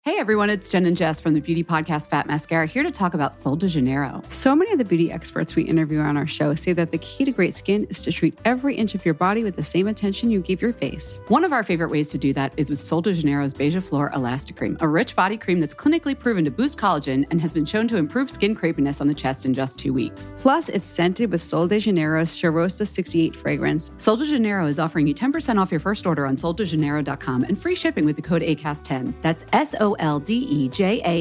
Hey everyone, it's Jen and Jess from the beauty podcast Fat Mascara here to talk about Sol de Janeiro. So many of the beauty experts we interview on our show say that the key to great skin is to treat every inch of your body with the same attention you give your face. One of our favorite ways to do that is with Sol de Janeiro's Beija Flor Elastic Cream, a rich body cream that's clinically proven to boost collagen and has been shown to improve skin crepiness on the chest in just 2 weeks. Plus, it's scented with Sol de Janeiro's Charosta 68 fragrance. Sol de Janeiro is offering you 10% off your first order on soldejaneiro.com and free shipping with the code ACAST10. That's SOLDEJANEIRO,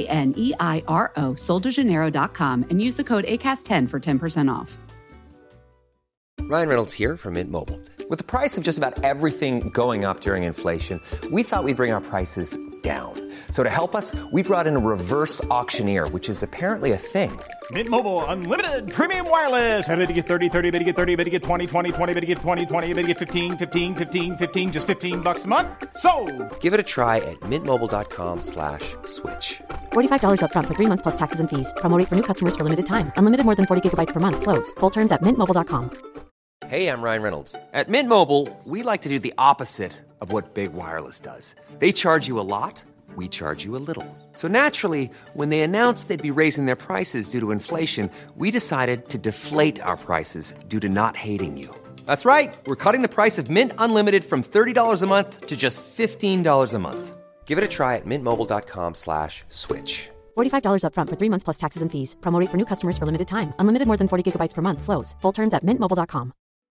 soldejaneiro.com, and use the code ACAST10 for 10% off. Ryan Reynolds here from Mint Mobile. With the price of just about everything going up during inflation, we thought we'd bring our prices down. So to help us, we brought in a reverse auctioneer, which is apparently a thing. Mint Mobile Unlimited Premium Wireless. How to get 30, 30, bit to get 30, bit to get 20, 20, 20, bit to get 20, 20, bit to get 15, 15, 15, 15, just $15 a month? Sold! Give it a try at mintmobile.com/switch. $45 up front for 3 months plus taxes and fees. Promo rate for new customers for limited time. Unlimited more than 40 gigabytes per month. Slows full terms at mintmobile.com. Hey, I'm Ryan Reynolds. At Mint Mobile, we like to do the opposite of what Big Wireless does. They charge you a lot, we charge you a little. So naturally, when they announced they'd be raising their prices due to inflation, we decided to deflate our prices due to not hating you. That's right. We're cutting the price of Mint Unlimited from $30 a month to just $15 a month. Give it a try at mintmobile.com/switch. $45 up front for 3 months plus taxes and fees. Promo rate for new customers for limited time. Unlimited more than 40 gigabytes per month. Slows full terms at mintmobile.com.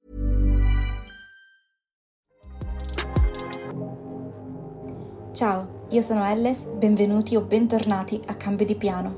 Ciao, io sono Elles, benvenuti o bentornati a Cambio di Piano.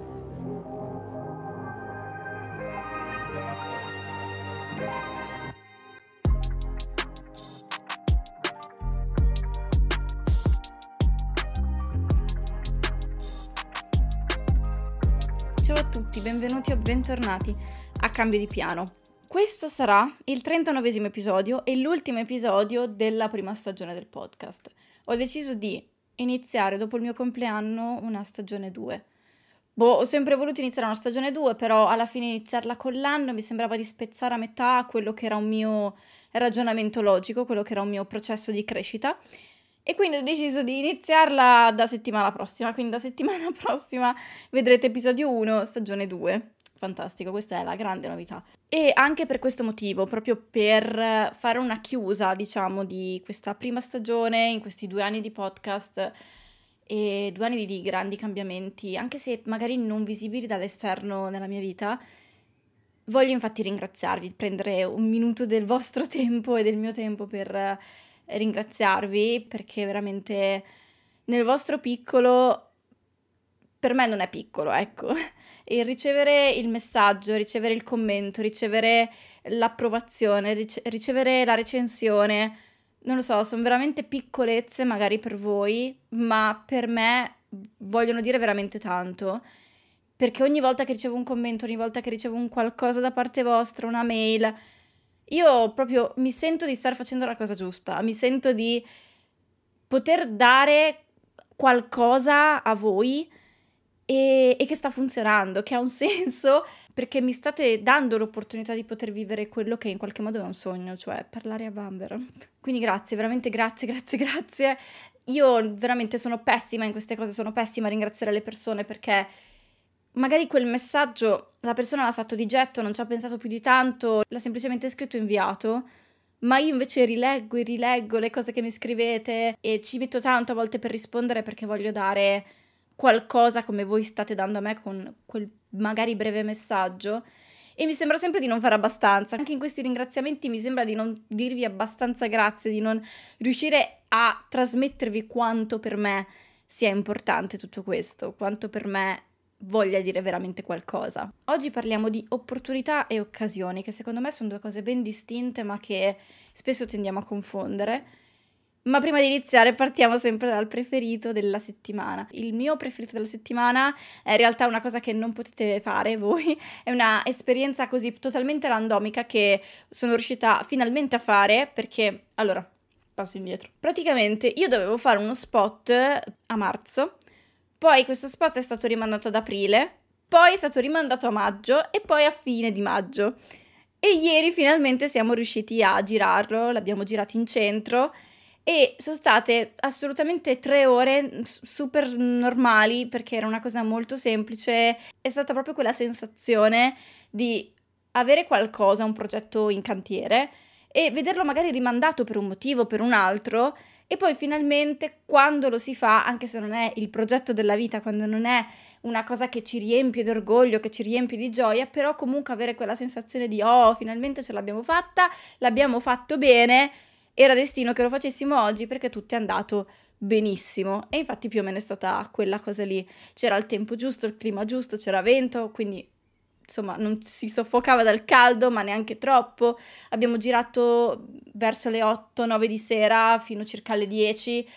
Ciao a tutti, benvenuti o bentornati a Cambio di Piano. Questo sarà il 39esimo episodio e l'ultimo episodio della prima stagione del podcast. Ho deciso di iniziare dopo il mio compleanno una stagione 2. Ho sempre voluto iniziare una stagione 2, però alla fine iniziarla con l'anno mi sembrava di spezzare a metà quello che era un mio ragionamento logico, quello che era un mio processo di crescita. E quindi ho deciso di iniziarla da settimana prossima, quindi da settimana prossima vedrete episodio 1, stagione 2. Fantastico, questa è la grande novità. E anche per questo motivo, proprio per fare una chiusa, diciamo, di questa prima stagione, in questi 2 anni di podcast e 2 anni di grandi cambiamenti, anche se magari non visibili dall'esterno nella mia vita, voglio infatti ringraziarvi, prendere un minuto del vostro tempo e del mio tempo per ringraziarvi, perché veramente nel vostro piccolo, per me non è piccolo, ecco. E ricevere il messaggio, ricevere il commento, ricevere l'approvazione, ricevere la recensione, non lo so, sono veramente piccolezze magari per voi, ma per me vogliono dire veramente tanto, perché ogni volta che ricevo un commento, ogni volta che ricevo un qualcosa da parte vostra, una mail, io proprio mi sento di star facendo la cosa giusta, mi sento di poter dare qualcosa a voi e che sta funzionando, che ha un senso, perché mi state dando l'opportunità di poter vivere quello che in qualche modo è un sogno, cioè parlare a Bamber. Quindi grazie, veramente grazie. Io veramente sono pessima in queste cose, sono pessima a ringraziare le persone, perché magari quel messaggio la persona l'ha fatto di getto, non ci ha pensato più di tanto, l'ha semplicemente scritto e inviato, ma io invece rileggo e rileggo le cose che mi scrivete e ci metto tanto a volte per rispondere, perché voglio dare qualcosa come voi state dando a me con quel magari breve messaggio, e mi sembra sempre di non fare abbastanza. Anche in questi ringraziamenti mi sembra di non dirvi abbastanza grazie, di non riuscire a trasmettervi quanto per me sia importante tutto questo, quanto per me voglia dire veramente qualcosa. Oggi parliamo di opportunità e occasioni, che secondo me sono 2 cose ben distinte ma che spesso tendiamo a confondere. Ma prima di iniziare partiamo sempre dal preferito della settimana. Il mio preferito della settimana è in realtà una cosa che non potete fare voi, è una esperienza così totalmente randomica che sono riuscita finalmente a fare, perché, allora, passo indietro. Praticamente io dovevo fare uno spot a marzo, poi questo spot è stato rimandato ad aprile, poi è stato rimandato a maggio e poi a fine di maggio. E ieri finalmente siamo riusciti a girarlo, l'abbiamo girato in centro. E sono state assolutamente 3 ore super normali, perché era una cosa molto semplice. È stata proprio quella sensazione di avere qualcosa, un progetto in cantiere, e vederlo magari rimandato per un motivo, per un altro, e poi finalmente quando lo si fa, anche se non è il progetto della vita, quando non è una cosa che ci riempie d'orgoglio, che ci riempie di gioia, però comunque avere quella sensazione di oh, finalmente ce l'abbiamo fatta, l'abbiamo fatto bene, era destino che lo facessimo oggi perché tutto è andato benissimo. E infatti più o meno è stata quella cosa lì. C'era il tempo giusto, il clima giusto, c'era vento, quindi insomma non si soffocava dal caldo, ma neanche troppo. Abbiamo girato verso le 8-9 di sera fino circa alle 10,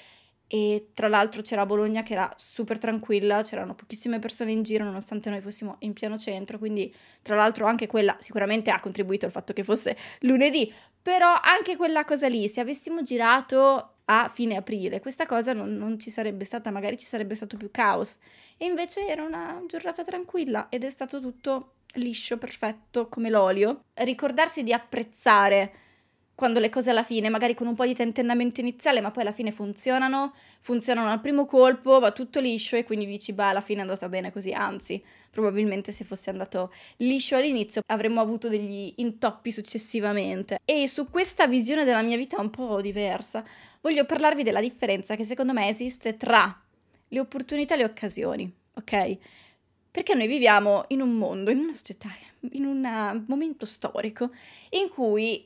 e tra l'altro c'era Bologna che era super tranquilla, c'erano pochissime persone in giro nonostante noi fossimo in pieno centro, quindi tra l'altro anche quella sicuramente ha contribuito al fatto che fosse lunedì, però anche quella cosa lì, se avessimo girato a fine aprile, questa cosa non ci sarebbe stata, magari ci sarebbe stato più caos, e invece era una giornata tranquilla ed è stato tutto liscio, perfetto, come l'olio. Ricordarsi di apprezzare quando le cose alla fine, magari con un po' di tentennamento iniziale, ma poi alla fine funzionano al primo colpo, va tutto liscio e quindi dici, bah, alla fine è andata bene così, anzi, probabilmente se fosse andato liscio all'inizio avremmo avuto degli intoppi successivamente. E su questa visione della mia vita un po' diversa, voglio parlarvi della differenza che secondo me esiste tra le opportunità e le occasioni, ok? Perché noi viviamo in un mondo, in una società, in un momento storico in cui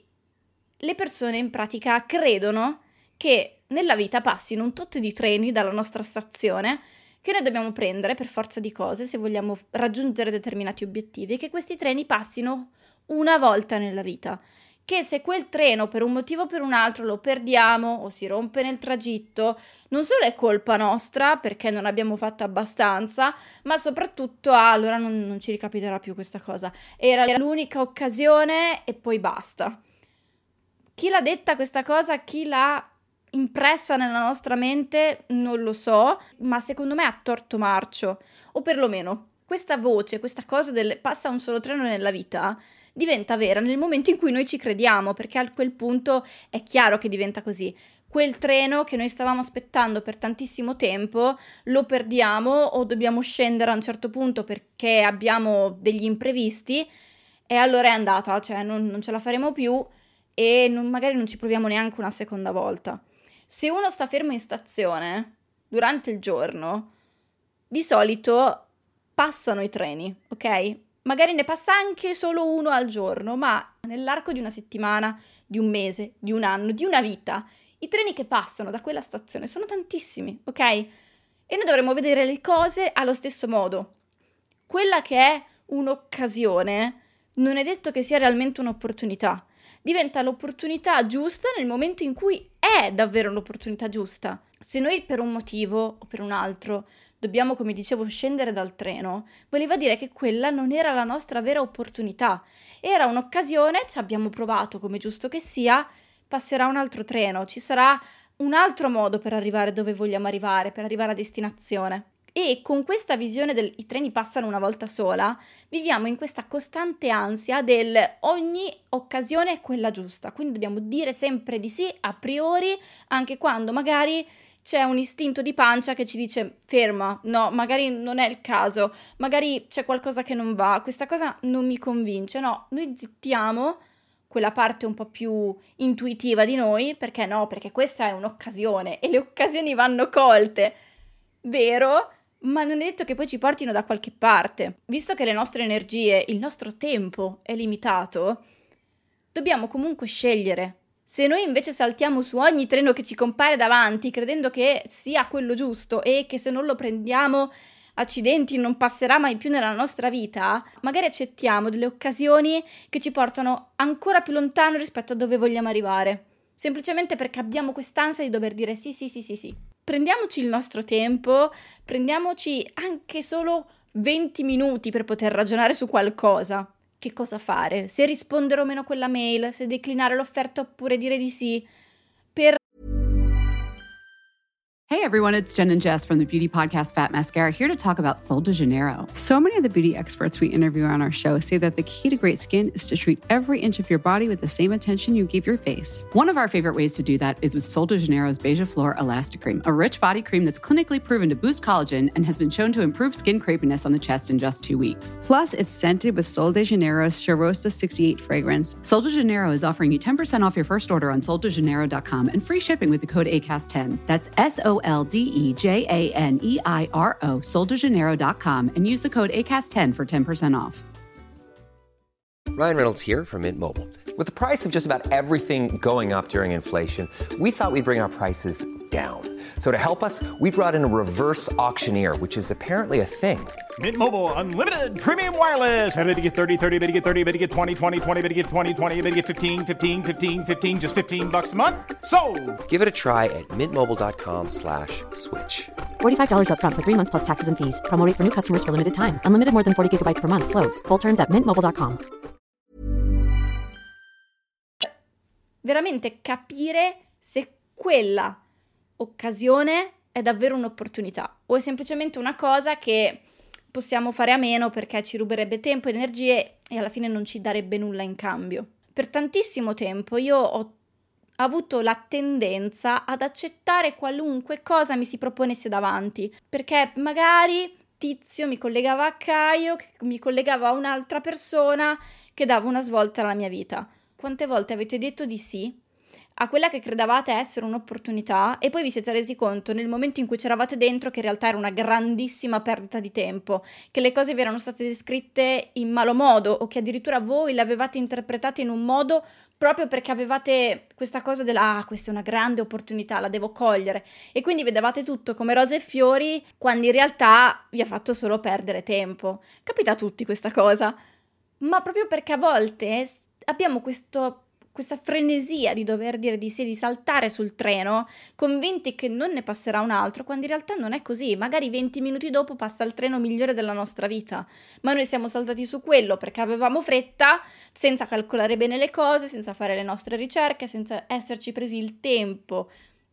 le persone in pratica credono che nella vita passino un tot di treni dalla nostra stazione che noi dobbiamo prendere per forza di cose se vogliamo raggiungere determinati obiettivi, e che questi treni passino una volta nella vita, che se quel treno per un motivo o per un altro lo perdiamo o si rompe nel tragitto, non solo è colpa nostra perché non abbiamo fatto abbastanza, ma soprattutto allora non ci ricapiterà più questa cosa, era l'unica occasione e poi basta. Chi l'ha detta questa cosa, chi l'ha impressa nella nostra mente, non lo so, ma secondo me ha torto marcio, o perlomeno questa voce, questa cosa del passa un solo treno nella vita, diventa vera nel momento in cui noi ci crediamo, perché a quel punto è chiaro che diventa così. Quel treno che noi stavamo aspettando per tantissimo tempo lo perdiamo o dobbiamo scendere a un certo punto perché abbiamo degli imprevisti, e allora è andata, cioè non ce la faremo più e magari non ci proviamo neanche una seconda volta. Se uno sta fermo in stazione durante il giorno, di solito passano i treni, ok? Magari ne passa anche solo uno al giorno, ma nell'arco di una settimana, di un mese, di un anno, di una vita, i treni che passano da quella stazione sono tantissimi, ok? E noi dovremmo vedere le cose allo stesso modo. Quella che è un'occasione non è detto che sia realmente un'opportunità. Diventa l'opportunità giusta nel momento in cui è davvero l'opportunità giusta. Se noi per un motivo o per un altro dobbiamo, come dicevo, scendere dal treno, voleva dire che quella non era la nostra vera opportunità. Era un'occasione, ci abbiamo provato come giusto che sia, passerà un altro treno, ci sarà un altro modo per arrivare dove vogliamo arrivare, per arrivare a destinazione. E con questa visione i treni passano una volta sola, viviamo in questa costante ansia del ogni occasione è quella giusta, quindi dobbiamo dire sempre di sì a priori, anche quando magari c'è un istinto di pancia che ci dice ferma, no, magari non è il caso, magari c'è qualcosa che non va, questa cosa non mi convince, no, noi zittiamo quella parte un po' più intuitiva di noi, perché no, perché questa è un'occasione e le occasioni vanno colte, vero? Ma non è detto che poi ci portino da qualche parte. Visto che le nostre energie, il nostro tempo è limitato, dobbiamo comunque scegliere. Se noi invece saltiamo su ogni treno che ci compare davanti, credendo che sia quello giusto e che se non lo prendiamo, accidenti, non passerà mai più nella nostra vita, magari accettiamo delle occasioni che ci portano ancora più lontano rispetto a dove vogliamo arrivare. Semplicemente perché abbiamo quest'ansia di dover dire sì. Prendiamoci il nostro tempo, prendiamoci anche solo 20 minuti per poter ragionare su qualcosa. Che cosa fare? Se rispondere o meno a quella mail, se declinare l'offerta oppure dire di sì. Hey everyone, it's Jen and Jess from the beauty podcast Fat Mascara here to talk about Sol de Janeiro. So many of the beauty experts we interview on our show say that the key to great skin is to treat every inch of your body with the same attention you give your face. One of our favorite ways to do that is with Sol de Janeiro's Beija Flor Elastic Cream, a rich body cream that's clinically proven to boost collagen and has been shown to improve skin crepiness on the chest in just 2 weeks. Plus, it's scented with Sol de Janeiro's Charosta 68 fragrance. Sol de Janeiro is offering you 10% off your first order on soldejaneiro.com and free shipping with the code ACAST10. That's SOLDEJANEIRO, soldejaneiro.com, and use the code ACAST10 for 10% off. Ryan Reynolds here from Mint Mobile. With the price of just about everything going up during inflation, we thought we'd bring our prices down. So to help us, we brought in a reverse auctioneer, which is apparently a thing. Mint Mobile Unlimited Premium Wireless. How to get 30, 30, bit to get 30, bit to get 20, 20, 20, bit to get 20, 20, bit to get 15, 15, 15, 15, just $15 a month? Sold! Give it a try at mintmobile.com/switch. $45 up front for 3 months plus taxes and fees. Promo rate for new customers for limited time. Unlimited more than 40 gigabytes per month. Slows full terms at mintmobile.com. Veramente capire se quella occasione è davvero un'opportunità o è semplicemente una cosa che possiamo fare a meno perché ci ruberebbe tempo e energie e alla fine non ci darebbe nulla in cambio. Per tantissimo tempo io ho avuto la tendenza ad accettare qualunque cosa mi si proponesse davanti, perché magari Tizio mi collegava a Caio, che mi collegava a un'altra persona che dava una svolta alla mia vita. Quante volte avete detto di sì a quella che credevate essere un'opportunità e poi vi siete resi conto nel momento in cui c'eravate dentro che in realtà era una grandissima perdita di tempo, che le cose vi erano state descritte in malo modo o che addirittura voi le avevate interpretate in un modo proprio perché avevate questa cosa questa è una grande opportunità, la devo cogliere, e quindi vedevate tutto come rose e fiori quando in realtà vi ha fatto solo perdere tempo. Capita a tutti questa cosa, ma proprio perché a volte abbiamo questa frenesia di dover dire di sì, di saltare sul treno, convinti che non ne passerà un altro, quando in realtà non è così. Magari 20 minuti dopo passa il treno migliore della nostra vita, ma noi siamo saltati su quello perché avevamo fretta, senza calcolare bene le cose, senza fare le nostre ricerche, senza esserci presi il tempo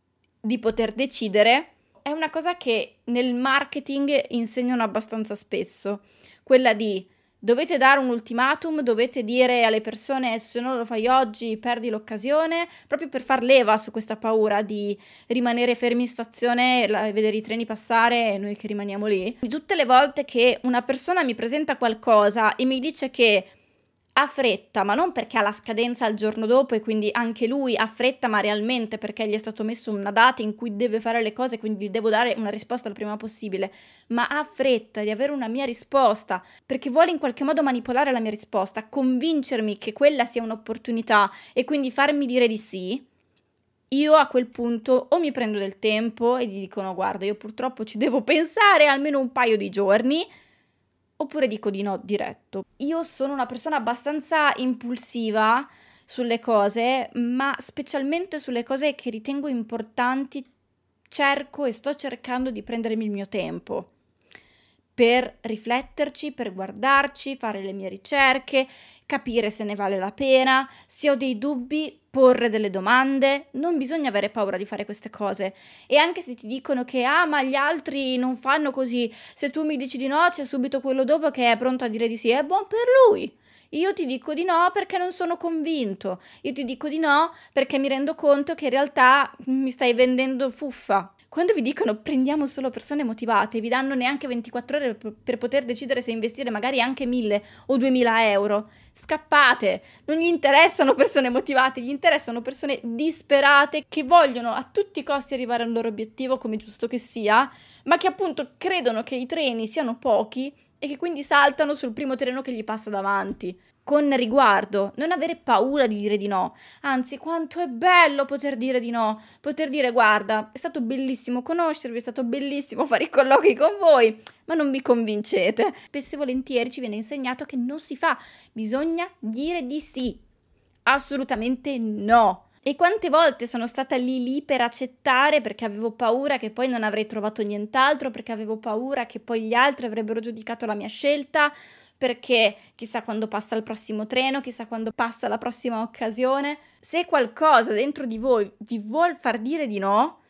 di poter decidere. È una cosa che nel marketing insegnano abbastanza spesso, quella di dovete dare un ultimatum, dovete dire alle persone se non lo fai oggi perdi l'occasione, proprio per far leva su questa paura di rimanere fermi in stazione e vedere i treni passare e noi che rimaniamo lì. Tutte le volte che una persona mi presenta qualcosa e mi dice che ha fretta, ma non perché ha la scadenza il giorno dopo e quindi anche lui ha fretta, ma realmente perché gli è stato messo una data in cui deve fare le cose, quindi gli devo dare una risposta il prima possibile, ma ha fretta di avere una mia risposta perché vuole in qualche modo manipolare la mia risposta, convincermi che quella sia un'opportunità e quindi farmi dire di sì, io a quel punto o mi prendo del tempo e gli dico no, guarda, io purtroppo ci devo pensare almeno un paio di giorni, oppure dico di no diretto. Io sono una persona abbastanza impulsiva sulle cose, ma specialmente sulle cose che ritengo importanti cerco e sto cercando di prendermi il mio tempo per rifletterci, per guardarci, fare le mie ricerche, capire se ne vale la pena, se ho dei dubbi, porre delle domande. Non bisogna avere paura di fare queste cose. E anche se ti dicono che ma gli altri non fanno così, se tu mi dici di no c'è subito quello dopo che è pronto a dire di sì, è buon per lui. Io ti dico di no perché non sono convinto. Io ti dico di no perché mi rendo conto che in realtà mi stai vendendo fuffa. Quando vi dicono prendiamo solo persone motivate, vi danno neanche 24 ore per poter decidere se investire magari anche 1.000 o 2.000 euro, scappate! Non gli interessano persone motivate, gli interessano persone disperate che vogliono a tutti i costi arrivare al loro obiettivo, come giusto che sia, ma che appunto credono che i treni siano pochi e che quindi saltano sul primo treno che gli passa davanti. Con riguardo, non avere paura di dire di no, anzi quanto è bello poter dire di no, poter dire guarda, è stato bellissimo conoscervi, è stato bellissimo fare i colloqui con voi, ma non mi convincete. Spesso e volentieri ci viene insegnato che non si fa, bisogna dire di sì, assolutamente no. E quante volte sono stata lì per accettare perché avevo paura che poi non avrei trovato nient'altro, perché avevo paura che poi gli altri avrebbero giudicato la mia scelta, perché chissà quando passa il prossimo treno, chissà quando passa la prossima occasione. Se qualcosa dentro di voi vi vuol far dire di no,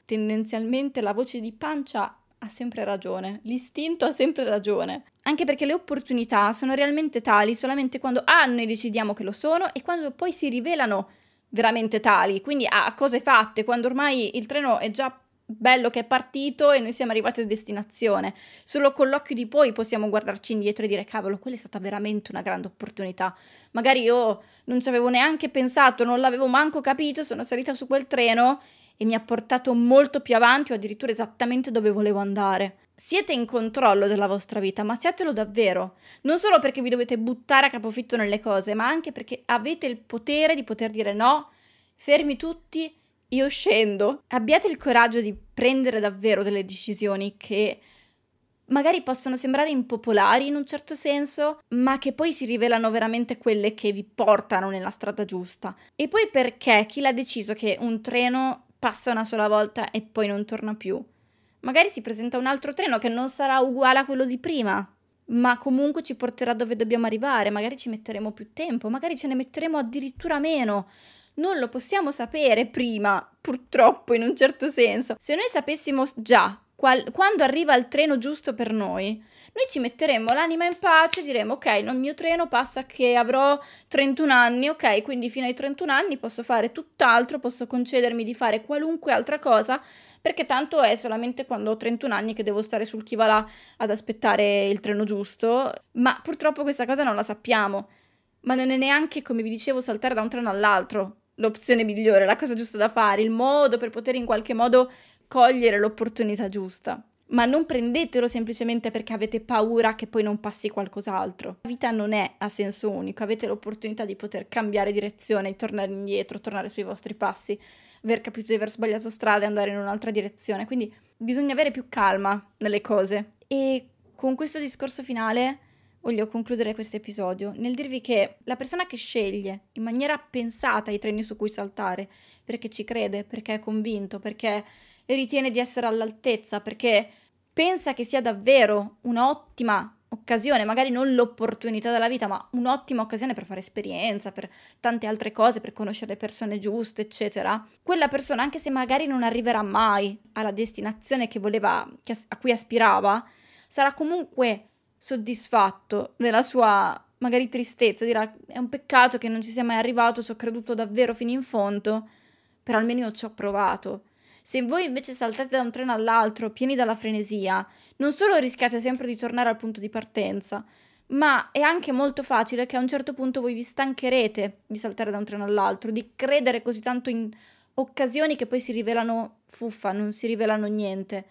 tendenzialmente la voce di pancia ha sempre ragione, l'istinto ha sempre ragione, anche perché le opportunità sono realmente tali solamente quando noi decidiamo che lo sono e quando poi si rivelano veramente tali, quindi a cose fatte, quando ormai il treno è già bello che è partito e noi siamo arrivati a destinazione. Solo con l'occhio di poi possiamo guardarci indietro e dire cavolo, quella è stata veramente una grande opportunità. Magari io non ci avevo neanche pensato, non l'avevo manco capito, sono salita su quel treno e mi ha portato molto più avanti o addirittura esattamente dove volevo andare. Siete in controllo della vostra vita, ma siatelo davvero. Non solo perché vi dovete buttare a capofitto nelle cose, ma anche perché avete il potere di poter dire no, fermi tutti, io scendo. Abbiate il coraggio di prendere davvero delle decisioni che magari possono sembrare impopolari in un certo senso, ma che poi si rivelano veramente quelle che vi portano nella strada giusta. E poi perché chi l'ha deciso che un treno passa una sola volta e poi non torna più? Magari si presenta un altro treno che non sarà uguale a quello di prima, ma comunque ci porterà dove dobbiamo arrivare, magari ci metteremo più tempo, magari ce ne metteremo addirittura meno. Non lo possiamo sapere prima, purtroppo, in un certo senso. Se noi sapessimo già quando arriva il treno giusto per noi ci metteremmo l'anima in pace e diremo ok, il mio treno passa che avrò 31 anni, ok, quindi fino ai 31 anni posso fare tutt'altro, posso concedermi di fare qualunque altra cosa, perché tanto è solamente quando ho 31 anni che devo stare sul chi va là ad aspettare il treno giusto, ma purtroppo questa cosa non la sappiamo. Ma non è neanche, come vi dicevo, saltare da un treno all'altro l'opzione migliore, la cosa giusta da fare, il modo per poter in qualche modo cogliere l'opportunità giusta. Ma non prendetelo semplicemente perché avete paura che poi non passi qualcos'altro. La vita non è a senso unico, avete l'opportunità di poter cambiare direzione, tornare indietro, tornare sui vostri passi, aver capito di aver sbagliato strada e andare in un'altra direzione. Quindi bisogna avere più calma nelle cose. E con questo discorso finale voglio concludere questo episodio nel dirvi che la persona che sceglie in maniera pensata i treni su cui saltare, perché ci crede, perché è convinto, perché ritiene di essere all'altezza, perché pensa che sia davvero un'ottima occasione, magari non l'opportunità della vita, ma un'ottima occasione per fare esperienza, per tante altre cose, per conoscere le persone giuste, eccetera. Quella persona, anche se magari non arriverà mai alla destinazione che voleva, a cui aspirava, sarà comunque soddisfatto nella sua magari tristezza, dirà è un peccato che non ci sia mai arrivato, ci ho creduto davvero fino in fondo, però almeno io ci ho provato. Se voi invece saltate da un treno all'altro pieni dalla frenesia, non solo rischiate sempre di tornare al punto di partenza, ma è anche molto facile che a un certo punto voi vi stancherete di saltare da un treno all'altro, di credere così tanto in occasioni che poi si rivelano fuffa, non si rivelano niente.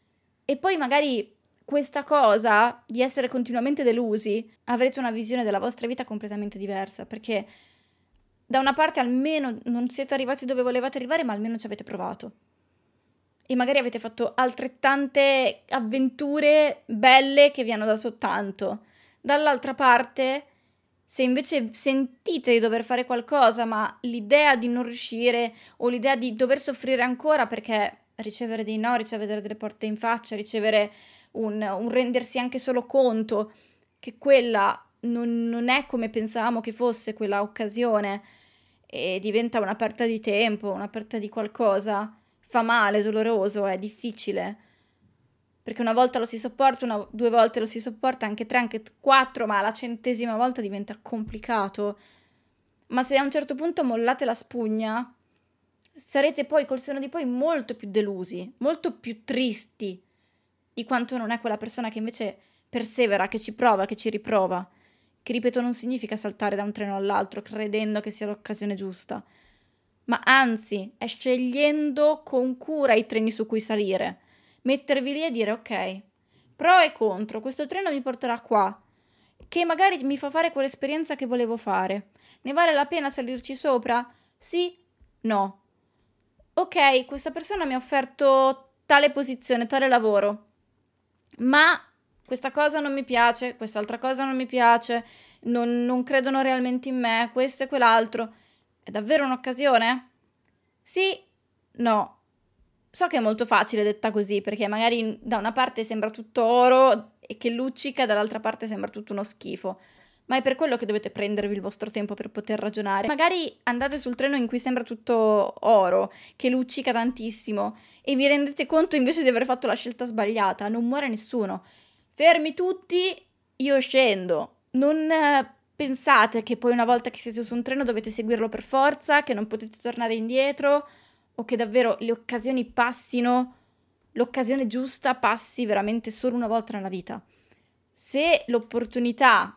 E poi magari questa cosa di essere continuamente delusi, avrete una visione della vostra vita completamente diversa, perché da una parte almeno non siete arrivati dove volevate arrivare, ma almeno ci avete provato. E magari avete fatto altrettante avventure belle che vi hanno dato tanto. Dall'altra parte, se invece sentite di dover fare qualcosa, ma l'idea di non riuscire o l'idea di dover soffrire ancora perché ricevere dei no, ricevere delle porte in faccia, ricevere un rendersi anche solo conto che quella non è come pensavamo che fosse quella occasione e diventa una perdita di tempo, una perdita di qualcosa, fa male, doloroso, è difficile, perché una volta lo si sopporta, 2 volte lo si sopporta, anche 3, anche 4, ma la 100ª volta diventa complicato. Ma se a un certo punto mollate la spugna, sarete poi col senno di poi molto più delusi, molto più tristi di quanto non è quella persona che invece persevera, che ci prova, che ci riprova, che ripeto non significa saltare da un treno all'altro credendo che sia l'occasione giusta, ma anzi è scegliendo con cura i treni su cui salire, mettervi lì e dire ok, pro e contro, questo treno mi porterà qua, che magari mi fa fare quell'esperienza che volevo fare, ne vale la pena salirci sopra? Sì? No. Ok, questa persona mi ha offerto tale posizione, tale lavoro, ma questa cosa non mi piace, quest'altra cosa non mi piace, non credono realmente in me, questo e quell'altro. È davvero un'occasione? Sì? No. So che è molto facile detta così, perché magari da una parte sembra tutto oro e che luccica, dall'altra parte sembra tutto uno schifo. ma è per quello che dovete prendervi il vostro tempo per poter ragionare. Magari andate sul treno in cui sembra tutto oro, che luccica tantissimo, e vi rendete conto invece di aver fatto la scelta sbagliata. Non muore nessuno. Fermi tutti, io scendo. Non pensate che poi una volta che siete su un treno dovete seguirlo per forza, che non potete tornare indietro, o che davvero le occasioni passino, l'occasione giusta passi veramente solo una volta nella vita. Se l'opportunità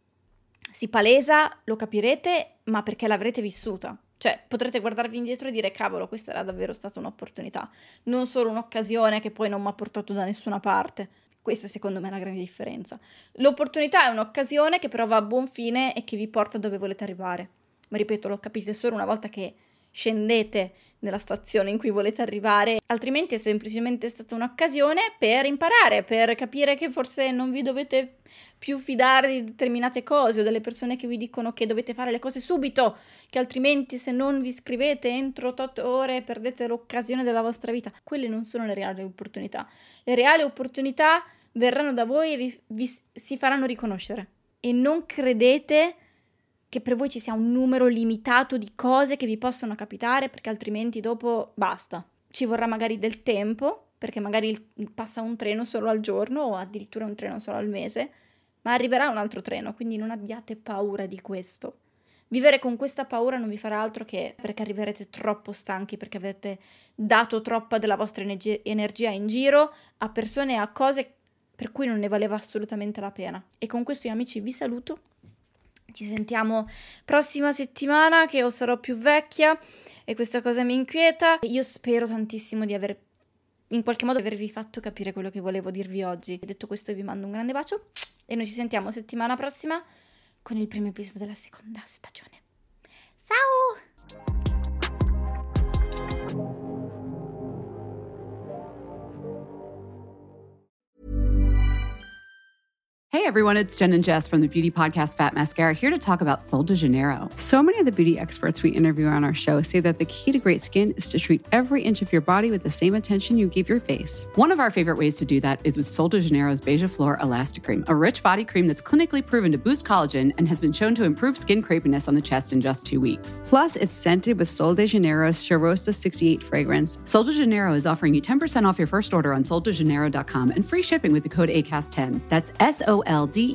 si palesa, lo capirete, ma perché l'avrete vissuta. Cioè, potrete guardarvi indietro e dire, cavolo, questa era davvero stata un'opportunità. Non solo un'occasione che poi non mi ha portato da nessuna parte. Questa secondo me è la grande differenza. L'opportunità è un'occasione che però va a buon fine e che vi porta dove volete arrivare. Ma ripeto, lo capite solo una volta che scendete nella stazione in cui volete arrivare, altrimenti è semplicemente stata un'occasione per imparare, per capire che forse non vi dovete più fidare di determinate cose o delle persone che vi dicono che dovete fare le cose subito, che altrimenti se non vi iscrivete entro 8 ore perdete l'occasione della vostra vita. Quelle non sono le reali opportunità. Le reali opportunità verranno da voi e vi si faranno riconoscere. E non credete che per voi ci sia un numero limitato di cose che vi possono capitare, perché altrimenti dopo basta. Ci vorrà magari del tempo, perché magari passa un treno solo al giorno o addirittura un treno solo al mese, ma arriverà un altro treno, quindi non abbiate paura di questo. Vivere con questa paura non vi farà altro che perché arriverete troppo stanchi, perché avete dato troppa della vostra energia in giro a persone e a cose per cui non ne valeva assolutamente la pena. E con questo io amici vi saluto. Ci sentiamo prossima settimana che io sarò più vecchia e questa cosa mi inquieta. Io spero tantissimo di aver in qualche modo avervi fatto capire quello che volevo dirvi oggi. Detto questo vi mando un grande bacio e noi ci sentiamo settimana prossima con il primo episodio della seconda stagione. Ciao! Hey everyone, it's Jen and Jess from the beauty podcast Fat Mascara here to talk about Sol de Janeiro. So many of the beauty experts we interview on our show say that the key to great skin is to treat every inch of your body with the same attention you give your face. One of our favorite ways to do that is with Sol de Janeiro's Beija Flor Elastic Cream, a rich body cream that's clinically proven to boost collagen and has been shown to improve skin crepiness on the chest in just 2 weeks. Plus, it's scented with Sol de Janeiro's Charosta 68 fragrance. Sol de Janeiro is offering you 10% off your first order on soldejaneiro.com and free shipping with the code ACAST10. That's SOLDEJANEIRO,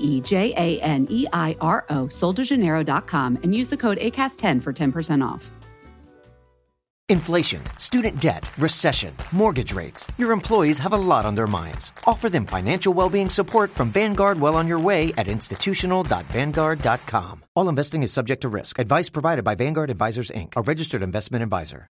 soldejaneiro.com, and use the code ACAST10 for 10% off. Inflation, student debt, recession, mortgage rates. Your employees have a lot on their minds. Offer them financial well-being support from Vanguard well on your way at institutional.vanguard.com. All investing is subject to risk. Advice provided by Vanguard Advisors, Inc., a registered investment advisor.